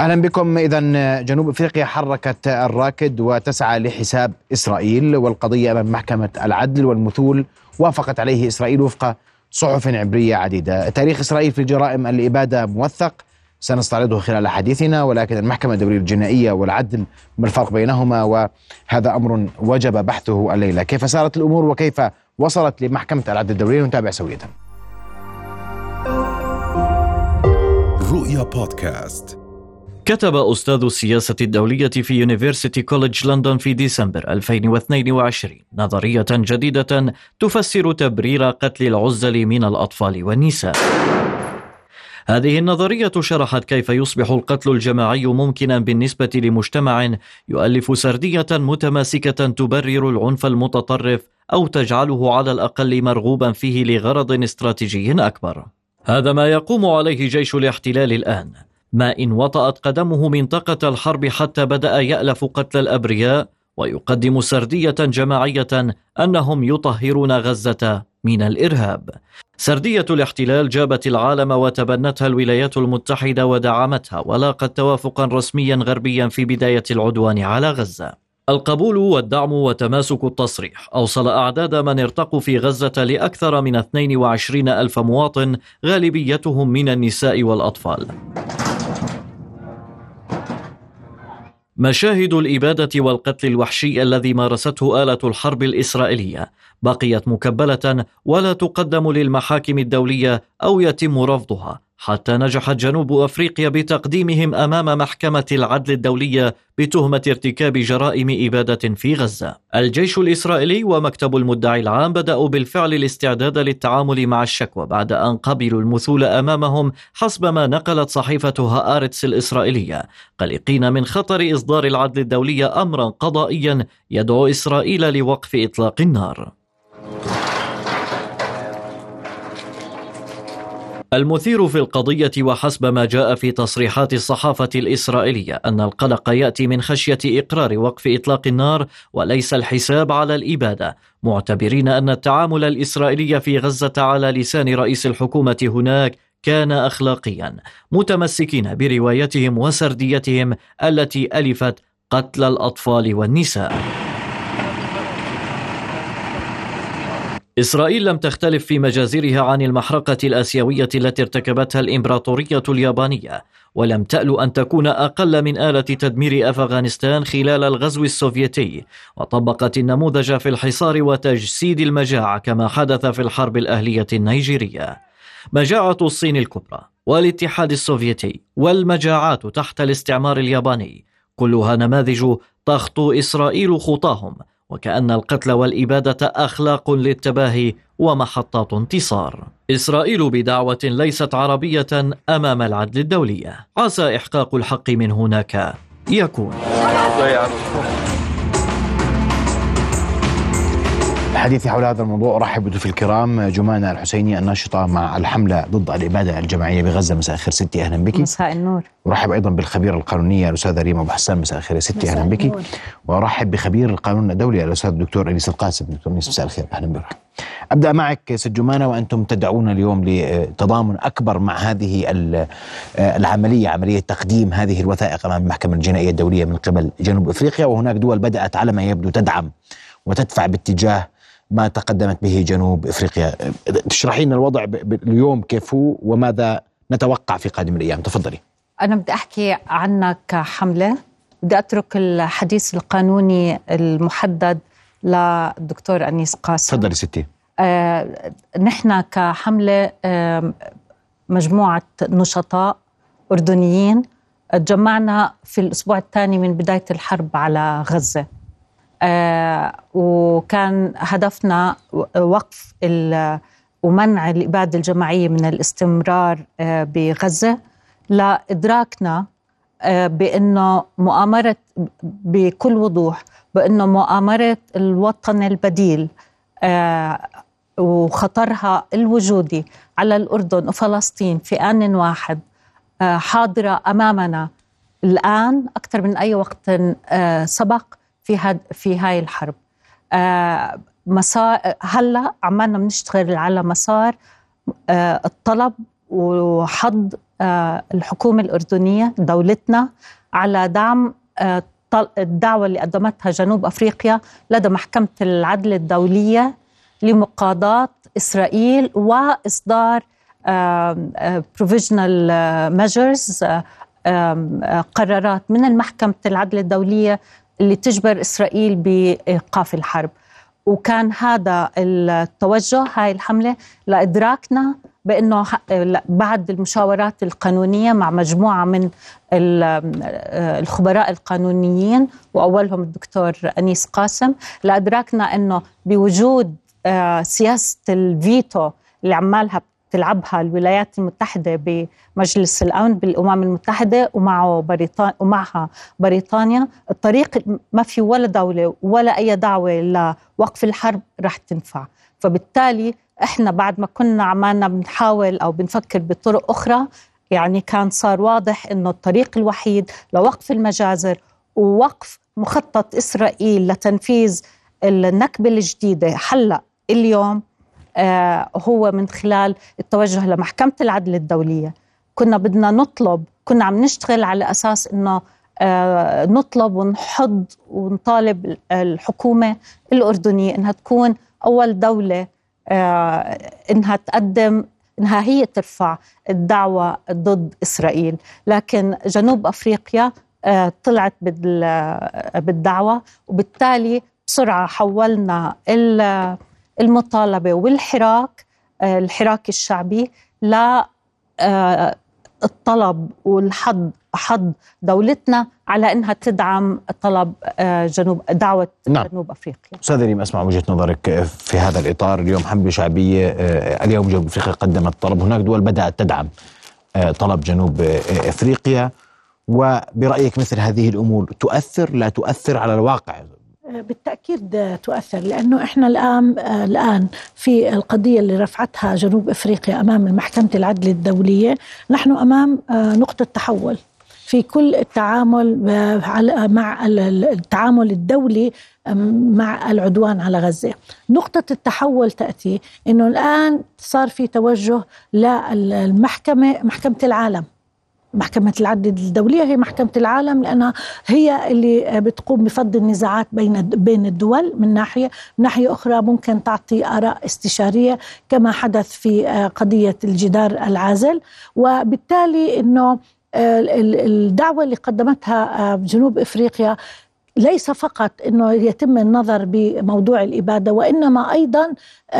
أهلا بكم. إذن جنوب أفريقيا حركت الراكد وتسعى لحساب إسرائيل، والقضية أمام محكمة العدل والمثول وافقت عليه إسرائيل وفق صحف عبرية عديدة. تاريخ إسرائيل في جرائم الإبادة موثق، سنستعرضه خلال حديثنا، ولكن المحكمة الدولية الجنائية والعدل ما الفرق بينهما؟ وهذا أمر وجب بحثه الليلة. كيف سارت الأمور وكيف وصلت لمحكمة العدل الدولية؟ نتابع سوية. رؤيا بودكاست. كتب أستاذ السياسة الدولية في يونيفرسيتي كوليدج لندن في ديسمبر 2022 نظرية جديدة تفسر تبرير قتل العزل من الأطفال والنساء. هذه النظرية شرحت كيف يصبح القتل الجماعي ممكنا بالنسبة لمجتمع يؤلف سردية متماسكة تبرر العنف المتطرف أو تجعله على الأقل مرغوبا فيه لغرض استراتيجي أكبر. هذا ما يقوم عليه جيش الاحتلال الآن، ما إن وطأت قدمه منطقة الحرب حتى بدأ يألف قتل الأبرياء ويقدم سردية جماعية أنهم يطهرون غزة من الإرهاب. سردية الاحتلال جابت العالم وتبنتها الولايات المتحدة ودعمتها، ولاقت توافقا رسميا غربيا في بداية العدوان على غزة. القبول والدعم وتماسك التصريح أوصل أعداد من ارتقوا في غزة لأكثر من 22 ألف مواطن، غالبيتهم من النساء والأطفال. مشاهد الإبادة والقتل الوحشي الذي مارسته آلة الحرب الإسرائيلية بقيت مكبلة ولا تقدم للمحاكم الدولية أو يتم رفضها، حتى نجحت جنوب أفريقيا بتقديمهم أمام محكمة العدل الدولية بتهمة ارتكاب جرائم إبادة في غزة. الجيش الإسرائيلي ومكتب المدعي العام بدأوا بالفعل الاستعداد للتعامل مع الشكوى بعد أن قبلوا المثول أمامهم، حسب ما نقلت صحيفة هآرتس الإسرائيلية، قلقين من خطر إصدار العدل الدولي أمرا قضائيا يدعو إسرائيل لوقف إطلاق النار. المثير في القضية وحسب ما جاء في تصريحات الصحافة الإسرائيلية أن القلق يأتي من خشية إقرار وقف إطلاق النار وليس الحساب على الإبادة، معتبرين أن التعامل الإسرائيلي في غزة على لسان رئيس الحكومة هناك كان أخلاقيا، متمسكين بروايتهم وسرديتهم التي ألفت قتل الأطفال والنساء. إسرائيل لم تختلف في مجازرها عن المحرقة الآسيوية التي ارتكبتها الإمبراطورية اليابانية، ولم تأل أن تكون أقل من آلة تدمير أفغانستان خلال الغزو السوفيتي، وطبقت النموذج في الحصار وتجسيد المجاعة كما حدث في الحرب الأهلية النيجيرية. مجاعة الصين الكبرى والاتحاد السوفيتي والمجاعات تحت الاستعمار الياباني كلها نماذج تخطو إسرائيل خطاهم، وكأن القتل والإبادة أخلاق للتباهي ومحطات انتصار. إسرائيل بدعوة ليست عربية أمام العدل الدولي، عسى إحقاق الحق من هناك يكون. الحديث حول هذا الموضوع أرحب بضيوفي الكرام جمانة الحسيني الناشطة مع الحملة ضد الإبادة الجماعية بغزة. مساء الخير ستي، أهلا بك. مساء النور. ورحب أيضا بالخبيرة القانونية الأستاذة ريما أبو حسان. مساء الخير ستي، أهلا بك. وأرحب بخبير القانون الدولي الأستاذ الدكتور أنيس القاسم. دكتور أنيس مساء الخير، أهلا بك. أبدأ معك ست جمانة، وأنتم تدعون اليوم لتضامن أكبر مع هذه العملية، عملية تقديم هذه الوثائق أمام المحكمة الجنائية الدولية من قبل جنوب أفريقيا، وهناك دول بدأت على ما يبدو تدعم وتدفع باتجاه ما تقدمت به جنوب أفريقيا. تشرحي لنا الوضع اليوم كيف هو وماذا نتوقع في قادم الأيام؟ تفضلي. أنا بدي أحكي عنك كحملة، بدي أترك الحديث القانوني المحدد للدكتور أنيس قاسم. تفضلي ستي. نحن كحملة مجموعة نشطاء أردنيين تجمعنا في الأسبوع الثاني من بداية الحرب على غزة، وكان هدفنا وقف ومنع الإبادة الجماعية من الاستمرار بغزة، لإدراكنا بأنه مؤامرة بكل وضوح بأنه مؤامرة الوطن البديل وخطرها الوجودي على الأردن وفلسطين في آن واحد حاضرة أمامنا الآن أكثر من أي وقت سبق في هاي الحرب. هلا عمالنا بنشتغل على مسار الطلب وحض الحكومة الأردنية دولتنا على دعم الدعوة اللي قدمتها جنوب أفريقيا لدى محكمة العدل الدولية لمقاضاة إسرائيل وإصدار provisional measures قرارات من المحكمة العدل الدولية اللي تجبر إسرائيل بإيقاف الحرب. وكان هذا التوجه، هاي الحملة، لإدراكنا بأنه بعد المشاورات القانونية مع مجموعة من الخبراء القانونيين وأولهم الدكتور أنيس قاسم، لإدراكنا أنه بوجود سياسة الفيتو اللي عمالها تلعبها الولايات المتحدة بمجلس الأمن بالأمم المتحدة ومعها بريطانيا، الطريق ما في ولا دولة ولا أي دعوة لوقف الحرب رح تنفع. فبالتالي إحنا بعد ما كنا عمالنا بنحاول أو بنفكر بطرق أخرى، يعني كان صار واضح إنه الطريق الوحيد لوقف المجازر ووقف مخطط إسرائيل لتنفيذ النكبة الجديدة حلق اليوم هو من خلال التوجه لمحكمة العدل الدولية. كنا بدنا نطلب، كنا عم نشتغل على أساس إنه نطلب ونحض ونطالب الحكومة الأردنية إنها تكون أول دولة إنها تقدم، إنها هي ترفع الدعوة ضد إسرائيل. لكن جنوب أفريقيا طلعت بالدعوة، وبالتالي بسرعة حولنا المطالبة والحراك الشعبي للطلب والحض دولتنا على أنها تدعم طلب دعوة جنوب أفريقيا. أستاذ ريم، أسمع وجهة نظرك في هذا الإطار. اليوم حملة شعبية، اليوم جنوب أفريقيا قدمت طلب، هناك دول بدأت تدعم طلب جنوب أفريقيا، وبرأيك مثل هذه الأمور تؤثر لا تؤثر على الواقع؟ بالتأكيد تؤثر، لأنه إحنا الآن في القضية اللي رفعتها جنوب أفريقيا أمام محكمة العدل الدولية، نحن أمام نقطة تحول في كل التعامل مع التعامل الدولي مع العدوان على غزة. نقطة التحول تأتي إنه الآن صار في توجه للمحكمة، محكمة العالم. محكمة العدل الدولية هي محكمة العالم، لأنها هي اللي بتقوم بفض النزاعات بين الدول من ناحية أخرى ممكن تعطي آراء استشارية كما حدث في قضية الجدار العازل. وبالتالي إنه الدعوة اللي قدمتها جنوب أفريقيا ليس فقط أنه يتم النظر بموضوع الإبادة، وإنما أيضا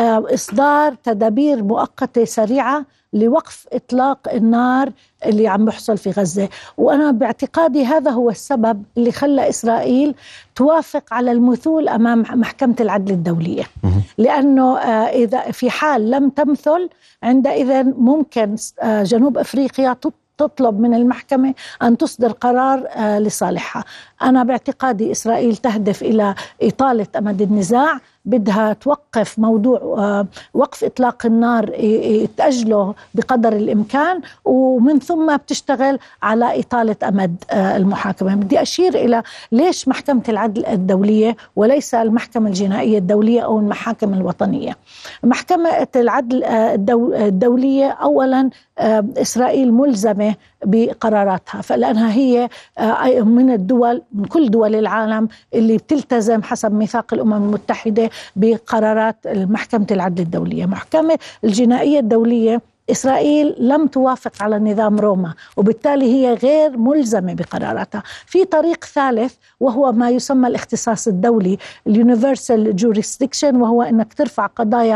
إصدار تدابير مؤقتة سريعة لوقف إطلاق النار اللي عم بيحصل في غزة. وأنا باعتقادي هذا هو السبب اللي خلى إسرائيل توافق على المثول أمام محكمة العدل الدولية، لأنه إذا في حال لم تمثل عندئذ ممكن جنوب أفريقيا تطلب من المحكمة أن تصدر قرار لصالحها. أنا باعتقادي إسرائيل تهدف إلى إطالة أمد النزاع، بدها توقف موضوع وقف إطلاق النار، تأجله بقدر الإمكان، ومن ثم بتشتغل على إطالة أمد المحاكمة. بدي أشير إلى ليش محكمة العدل الدولية وليس المحكمة الجنائية الدولية أو المحاكم الوطنية. محكمة العدل الدولية أولا إسرائيل ملزمة بقراراتها، فلأنها هي من الدول، من كل دول العالم اللي بتلتزم حسب ميثاق الأمم المتحدة بقرارات محكمة العدل الدولية. محكمة الجنائية الدولية إسرائيل لم توافق على نظام روما، وبالتالي هي غير ملزمة بقراراتها. في طريق ثالث وهو ما يسمى الاختصاص الدولي، اليونيفرسال جوريسديكشن، وهو أنك ترفع قضايا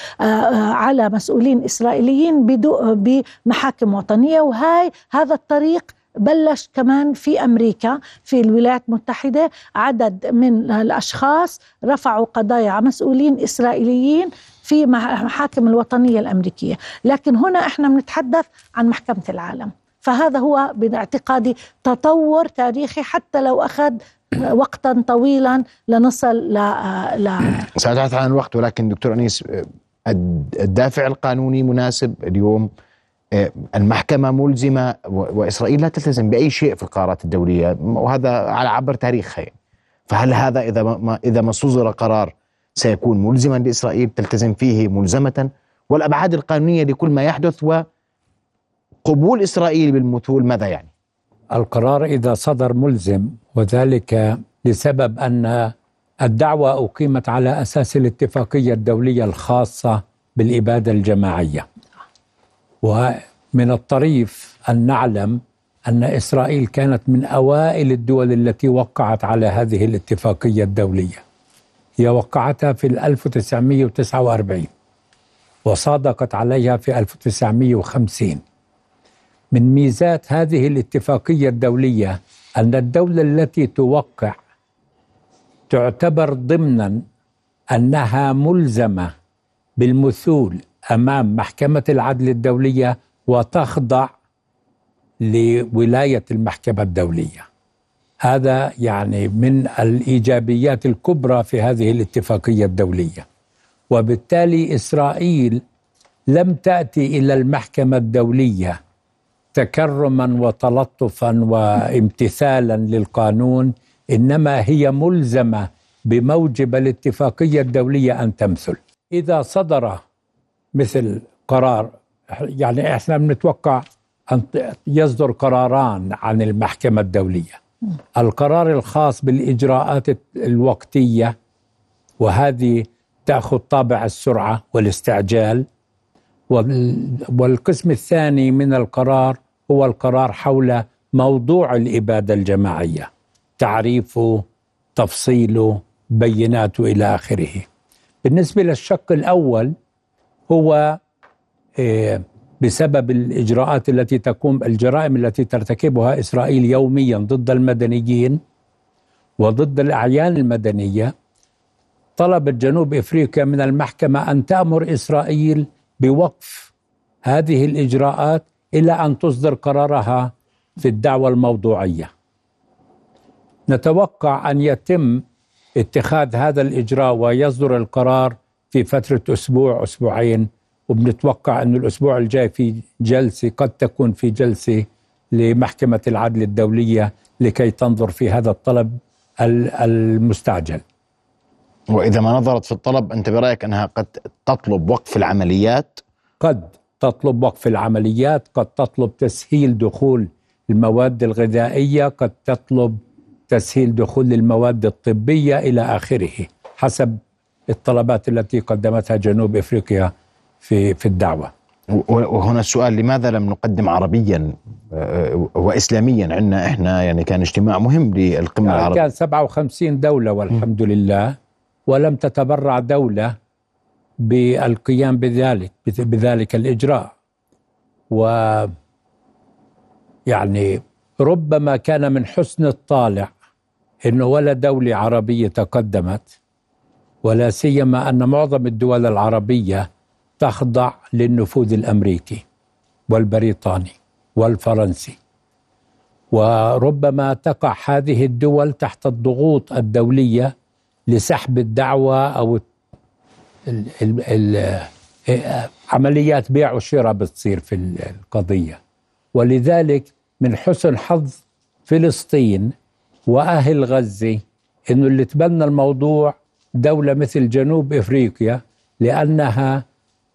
على مسؤولين إسرائيليين بمحاكم وطنية. هذا الطريق بلش كمان في أمريكا، في الولايات المتحدة عدد من الأشخاص رفعوا قضايا على مسؤولين إسرائيليين في محاكم الوطنية الأمريكية. لكن هنا احنا بنتحدث عن محكمة العالم، فهذا هو باعتقادي تطور تاريخي حتى لو أخذ وقتا طويلا لنصل سأتحدث عن الوقت، ولكن دكتور أنيس، الدافع القانوني مناسب اليوم؟ المحكمة ملزمة وإسرائيل لا تلتزم بأي شيء في القرارات الدولية، وهذا على عبر تاريخها. فهل هذا إذا ما صدر قرار سيكون ملزما لإسرائيل تلتزم فيه ملزمة؟ والأبعاد القانونية لكل ما يحدث قبول إسرائيل بالمثول ماذا يعني؟ القرار إذا صدر ملزم، وذلك لسبب أن الدعوة أقيمت على أساس الاتفاقية الدولية الخاصة بالإبادة الجماعية. ومن الطريف أن نعلم أن إسرائيل كانت من أوائل الدول التي وقعت على هذه الاتفاقية الدولية. هي وقعتها في 1949 وصادقت عليها في 1950. من ميزات هذه الاتفاقية الدولية أن الدولة التي توقع تعتبر ضمنا أنها ملزمة بالمثول أمام محكمة العدل الدولية وتخضع لولاية المحكمة الدولية. هذا يعني من الإيجابيات الكبرى في هذه الاتفاقية الدولية. وبالتالي إسرائيل لم تأتي إلى المحكمة الدولية تكرما وتلطفا وامتثالا للقانون، إنما هي ملزمة بموجب الاتفاقية الدولية أن تمثل. إذا صدر مثل قرار، يعني إحنا بنتوقع أن يصدر قراران عن المحكمة الدولية: القرار الخاص بالإجراءات الوقتية، وهذه تأخذ طابع السرعة والاستعجال، والقسم الثاني من القرار هو القرار حول موضوع الإبادة الجماعية، تعريفه، تفصيله، بيناته إلى آخره. بالنسبة للشق الأول، هو بسبب الإجراءات التي الجرائم التي ترتكبها إسرائيل يوميا ضد المدنيين وضد الأعيان المدنية، طلبت جنوب إفريقيا من المحكمة أن تأمر إسرائيل بوقف هذه الإجراءات إلى أن تصدر قرارها في الدعوة الموضوعية. نتوقع أن يتم اتخاذ هذا الإجراء ويصدر القرار في فترة أسبوع أسبوعين، وبنتوقع أن الأسبوع الجاي في جلسة، قد تكون في جلسة لمحكمة العدل الدولية لكي تنظر في هذا الطلب المستعجل. وإذا ما نظرت في الطلب، أنت برأيك أنها قد تطلب وقف العمليات؟ قد تطلب وقف العمليات، قد تطلب تسهيل دخول المواد الغذائية، قد تطلب تسهيل دخول المواد الطبية إلى آخره، حسب الطلبات التي قدمتها جنوب إفريقيا في الدعوة. وهنا السؤال: لماذا لم نقدم عربيا وإسلاميا؟ عندنا إحنا يعني كان اجتماع مهم للقمة يعني العربية، كان 57 دولة والحمد لله، ولم تتبرع دولة بالقيام بذلك الإجراء. ويعني ربما كان من حسن الطالع إنه ولا دولة عربية تقدمت، ولا سيما أن معظم الدول العربية تخضع للنفوذ الأمريكي والبريطاني والفرنسي، وربما تقع هذه الدول تحت الضغوط الدولية لسحب الدعوة أو عمليات بيع وشراء بتصير في القضية. ولذلك من حسن حظ فلسطين وأهل غزة إنه اللي تبنى الموضوع دولة مثل جنوب إفريقيا، لأنها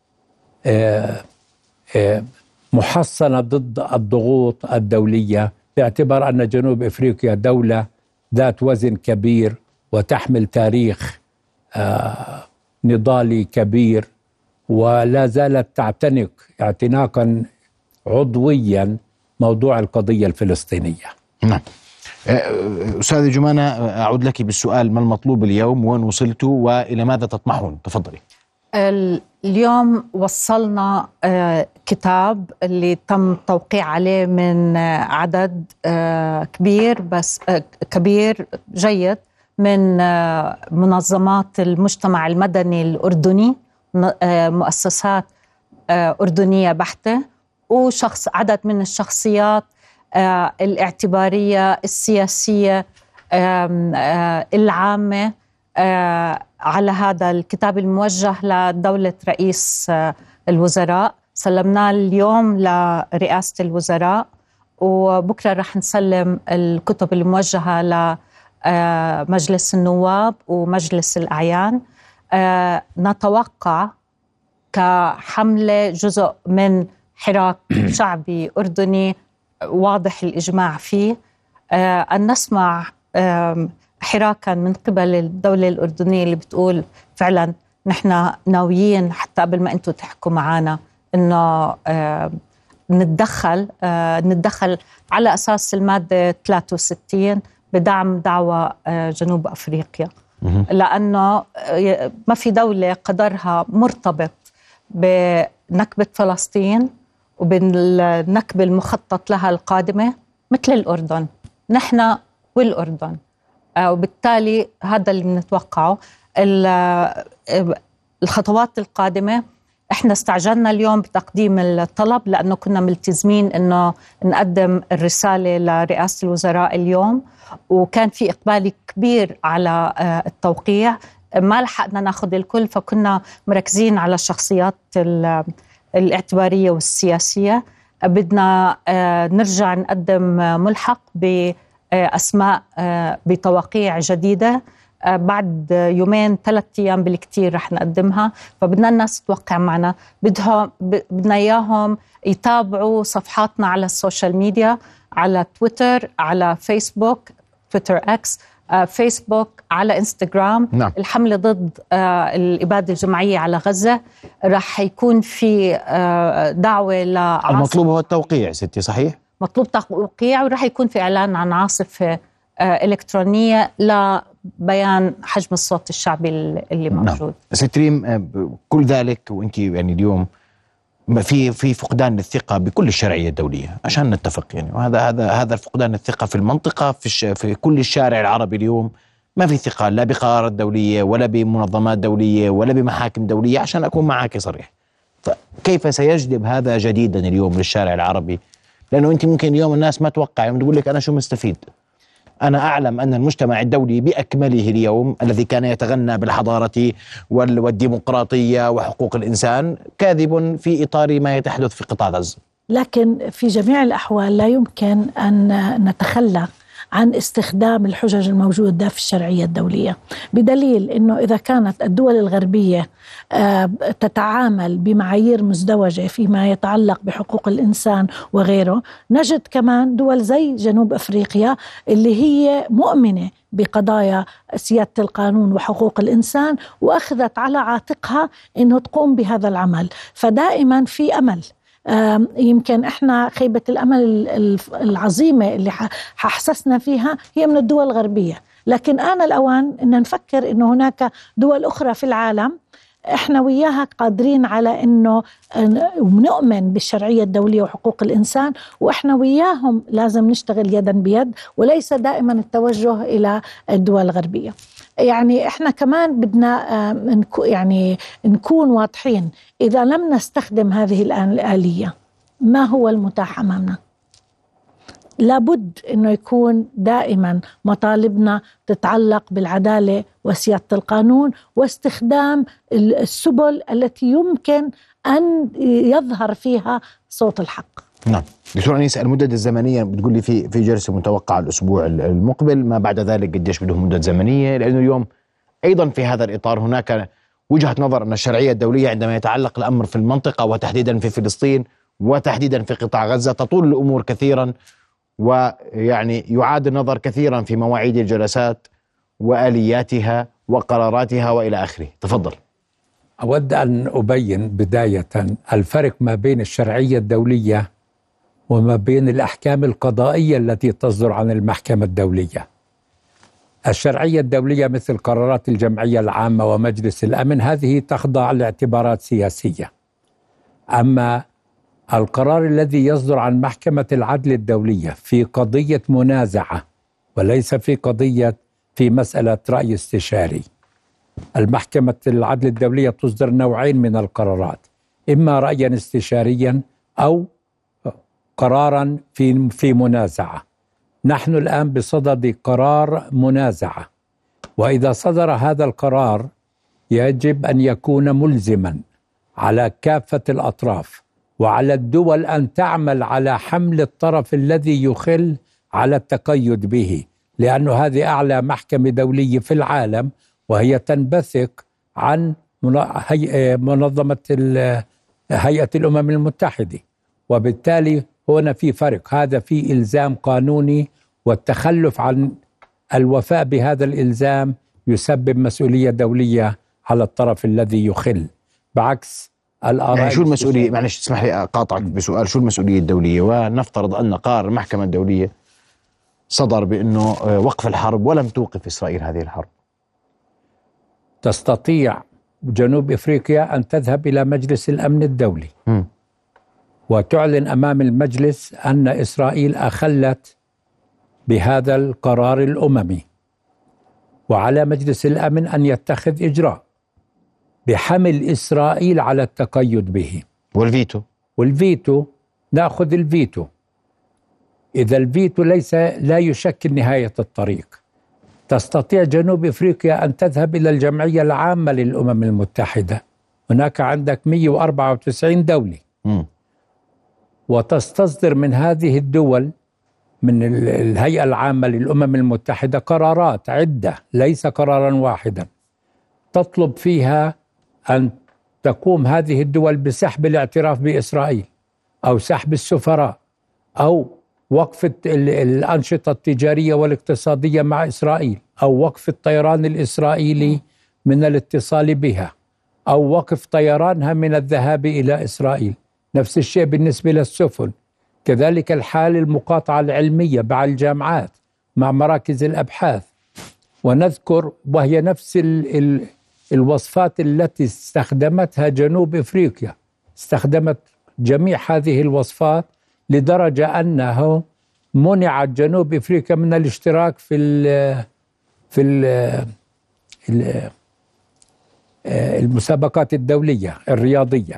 محصنة ضد الضغوط الدولية، باعتبار أن جنوب إفريقيا دولة ذات وزن كبير وتحمل تاريخ نضالي كبير، ولا زالت تعتنق اعتناقا عضويا موضوع القضية الفلسطينية. نعم. أستاذ جمانة، أعود لك بالسؤال: ما المطلوب اليوم؟ وين وصلتوا وإلى ماذا تطمحون؟ تفضلي. اليوم وصلنا كتاب اللي تم توقيع عليه من عدد كبير، بس كبير جيد، من منظمات المجتمع المدني الأردني، مؤسسات أردنية بحتة، عدد من الشخصيات الاعتبارية السياسية العامة على هذا الكتاب الموجه لدولة رئيس الوزراء. سلمناه اليوم لرئاسة الوزراء، وبكرة رح نسلم الكتب الموجهة لمجلس النواب ومجلس الأعيان. نتوقع كحملة جزء من حراك شعبي أردني واضح الإجماع فيه، أن نسمع حراكا من قبل الدولة الأردنية اللي بتقول فعلا نحن ناويين حتى قبل ما أنتم تحكوا معنا إنه نتدخل على أساس المادة 63 بدعم دعوة جنوب أفريقيا، لأنه ما في دولة قدرها مرتبط بنكبة فلسطين وبالنكبة المخطط لها القادمة مثل الأردن، نحن والأردن. وبالتالي هذا اللي بنتوقعه. الخطوات القادمة احنا استعجلنا اليوم بتقديم الطلب لأنه كنا ملتزمين انه نقدم الرسالة لرئاسة الوزراء اليوم، وكان في إقبال كبير على التوقيع. ما لحقنا ناخذ الكل، فكنا مركزين على الشخصيات الاعتبارية والسياسية. بدنا نرجع نقدم ملحق بأسماء بتوقيع جديدة بعد 2-3 أيام بالكتير رح نقدمها، فبدنا الناس توقع معنا. بدنا إياهم يتابعوا صفحاتنا على السوشيال ميديا، على تويتر، على فيسبوك، تويتر اكس، فيسبوك، على انستغرام. نعم. الحملة ضد الإبادة الجماعية على غزة رح يكون في دعوة لعاصفة. المطلوب هو التوقيع ستي، صحيح؟ مطلوب توقيع، ورح يكون في إعلان عن عاصفة إلكترونية لبيان حجم الصوت الشعبي اللي موجود. نعم. ست ريم، كل ذلك وانت يعني اليوم في فقدان للثقة بكل الشرعية الدولية عشان نتفق يعني، وهذا فقدان الثقة في المنطقة، في كل الشارع العربي اليوم ما في ثقة لا بقرارات دولية ولا بمنظمات دولية ولا بمحاكم دولية، عشان أكون معك صريح. فكيف سيجذب هذا جديدا اليوم للشارع العربي؟ لأنه أنت ممكن اليوم الناس ما توقع، يوم تقول لك أنا شو مستفيد؟ أنا أعلم أن المجتمع الدولي بأكمله اليوم الذي كان يتغنى بالحضارة والديمقراطية وحقوق الإنسان كاذب في إطار ما يتحدث في قطاع غزة. لكن في جميع الأحوال لا يمكن أن نتخلى عن استخدام الحجج الموجودة في الشرعية الدولية، بدليل أنه إذا كانت الدول الغربية تتعامل بمعايير مزدوجة فيما يتعلق بحقوق الإنسان وغيره، نجد كمان دول زي جنوب أفريقيا اللي هي مؤمنة بقضايا سيادة القانون وحقوق الإنسان وأخذت على عاتقها أنه تقوم بهذا العمل. فدائما في أمل. يمكن احنا خيبة الأمل العظيمة اللي ححسسنا فيها هي من الدول الغربية، لكن آن الأوان أن نفكر أنه هناك دول أخرى في العالم احنا وياها قادرين على أنه نؤمن بالشرعية الدولية وحقوق الإنسان، وإحنا وياهم لازم نشتغل يدا بيد وليس دائما التوجه إلى الدول الغربية. يعني احنا كمان بدنا نكون واضحين، إذا لم نستخدم هذه الآلية ما هو المتاح أمامنا؟ لابد أنه يكون دائما مطالبنا تتعلق بالعدالة وسيادة القانون واستخدام السبل التي يمكن أن يظهر فيها صوت الحق. نعم. دكتور أنيس، المدة الزمنية بتقول لي في جلسة متوقعة الأسبوع المقبل، ما بعد ذلك قديش بدهم مدة زمنية؟ لأنه اليوم أيضا في هذا الإطار هناك وجهة نظر أن الشرعية الدولية عندما يتعلق الأمر في المنطقة وتحديدا في فلسطين وتحديدا في قطاع غزة تطول الأمور كثيرا، ويعني يعاد النظر كثيرا في مواعيد الجلسات وآلياتها وقراراتها وإلى آخره. تفضل. أود أن أبين بداية الفرق ما بين الشرعية الدولية وما بين الأحكام القضائية التي تصدر عن المحكمة الدولية. الشرعية الدولية مثل قرارات الجمعية العامة ومجلس الأمن هذه تخضع لاعتبارات سياسية، أما القرار الذي يصدر عن محكمة العدل الدولية في قضية منازعة وليس في مسألة رأي استشاري. المحكمة العدل الدولية تصدر نوعين من القرارات، إما رأيا استشاريا أو قرارا في منازعة. نحن الآن بصدد قرار منازعة، وإذا صدر هذا القرار يجب أن يكون ملزما على كافة الأطراف وعلى الدول أن تعمل على حمل الطرف الذي يخل على التقيد به، لأن هذه أعلى محكمة دولية في العالم، وهي تنبثق عن منظمة هيئة الأمم المتحدة، وبالتالي هنا في فرق، هذا في إلزام قانوني، والتخلف عن الوفاء بهذا الإلزام يسبب مسؤولية دولية على الطرف الذي يخل، بعكس الآراء. يعني شو المسؤولية؟ معلش تسمح لي أقاطعك بسؤال، شو المسؤولية الدولية؟ ونفترض أن قرار المحكمة الدولية صدر بأنه وقف الحرب ولم توقف إسرائيل هذه الحرب. تستطيع جنوب إفريقيا أن تذهب إلى مجلس الأمن الدولي وتعلن أمام المجلس أن إسرائيل أخلت بهذا القرار الأممي، وعلى مجلس الأمن أن يتخذ إجراء بحمل إسرائيل على التقيد به. والفيتو نأخذ الفيتو. إذا الفيتو لا يشكل نهاية الطريق، تستطيع جنوب إفريقيا أن تذهب إلى الجمعية العامة للأمم المتحدة، هناك عندك 194 دولة، وتستصدر من هذه الدول، من الهيئة العامة للأمم المتحدة، قرارات عدة ليس قرارا واحدا تطلب فيها أن تقوم هذه الدول بسحب الاعتراف بإسرائيل، أو سحب السفراء، أو وقف الأنشطة التجارية والاقتصادية مع إسرائيل، أو وقف الطيران الإسرائيلي من الاتصال بها، أو وقف طيرانها من الذهاب إلى إسرائيل. نفس الشيء بالنسبة للسفن، كذلك الحال المقاطعة العلمية مع الجامعات، مع مراكز الأبحاث. ونذكر وهي نفس الوصفات التي استخدمتها جنوب إفريقيا، استخدمت جميع هذه الوصفات، لدرجة أنه منعت جنوب إفريقيا من الاشتراك في المسابقات الدولية الرياضية،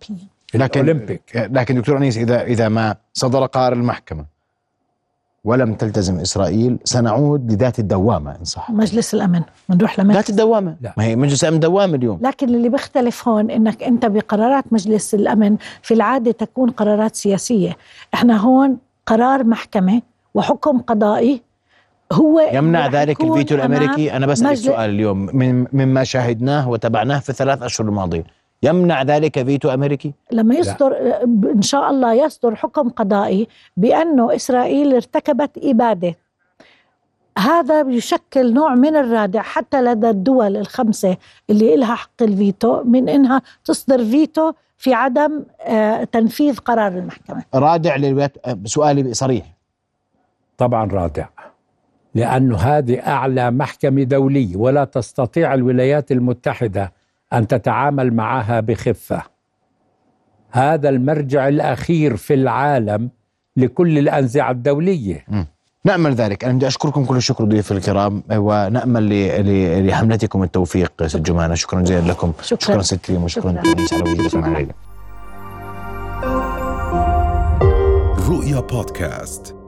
لكن دكتور أنيس، إذا ما صدر قرار المحكمة ولم تلتزم إسرائيل سنعود لذات الدوامة إن صح. مجلس الأمن بنروح لمجلس ذات الدوامة. لا. ما هي مجلس الأمن دوامة اليوم. لكن اللي بيختلف هون إنك أنت بقرارات مجلس الأمن في العادة تكون قرارات سياسية، إحنا هون قرار محكمة وحكم قضائي هو يمنع ذلك الفيتو الأمريكي. أنا بسألك سؤال اليوم مما شاهدناه وتابعناه في 3 أشهر الماضية، يمنع ذلك فيتو أمريكي؟ لما يصدر إن شاء الله يصدر حكم قضائي بأنه إسرائيل ارتكبت إبادة، هذا يشكل نوع من الرادع حتى لدى الدول ال5 اللي إلها حق الفيتو من إنها تصدر فيتو في عدم تنفيذ قرار المحكمة. رادع للولايات؟ سؤالي صريح. طبعا رادع، لأنه هذه أعلى محكمة دولية، ولا تستطيع الولايات المتحدة أن تتعامل معها بخفة. هذا المرجع الأخير في العالم لكل الأنظمة الدولية. نأمل ذلك. أنا بدي أشكركم كل الشكر ضيوف الكرام، ونأمل لحملتكم التوفيق. ست جمانة، شكرا جزيلا لكم. شكرا ست كريم، وشكرا أنيس على وجودكم معنا. رؤيا بودكاست.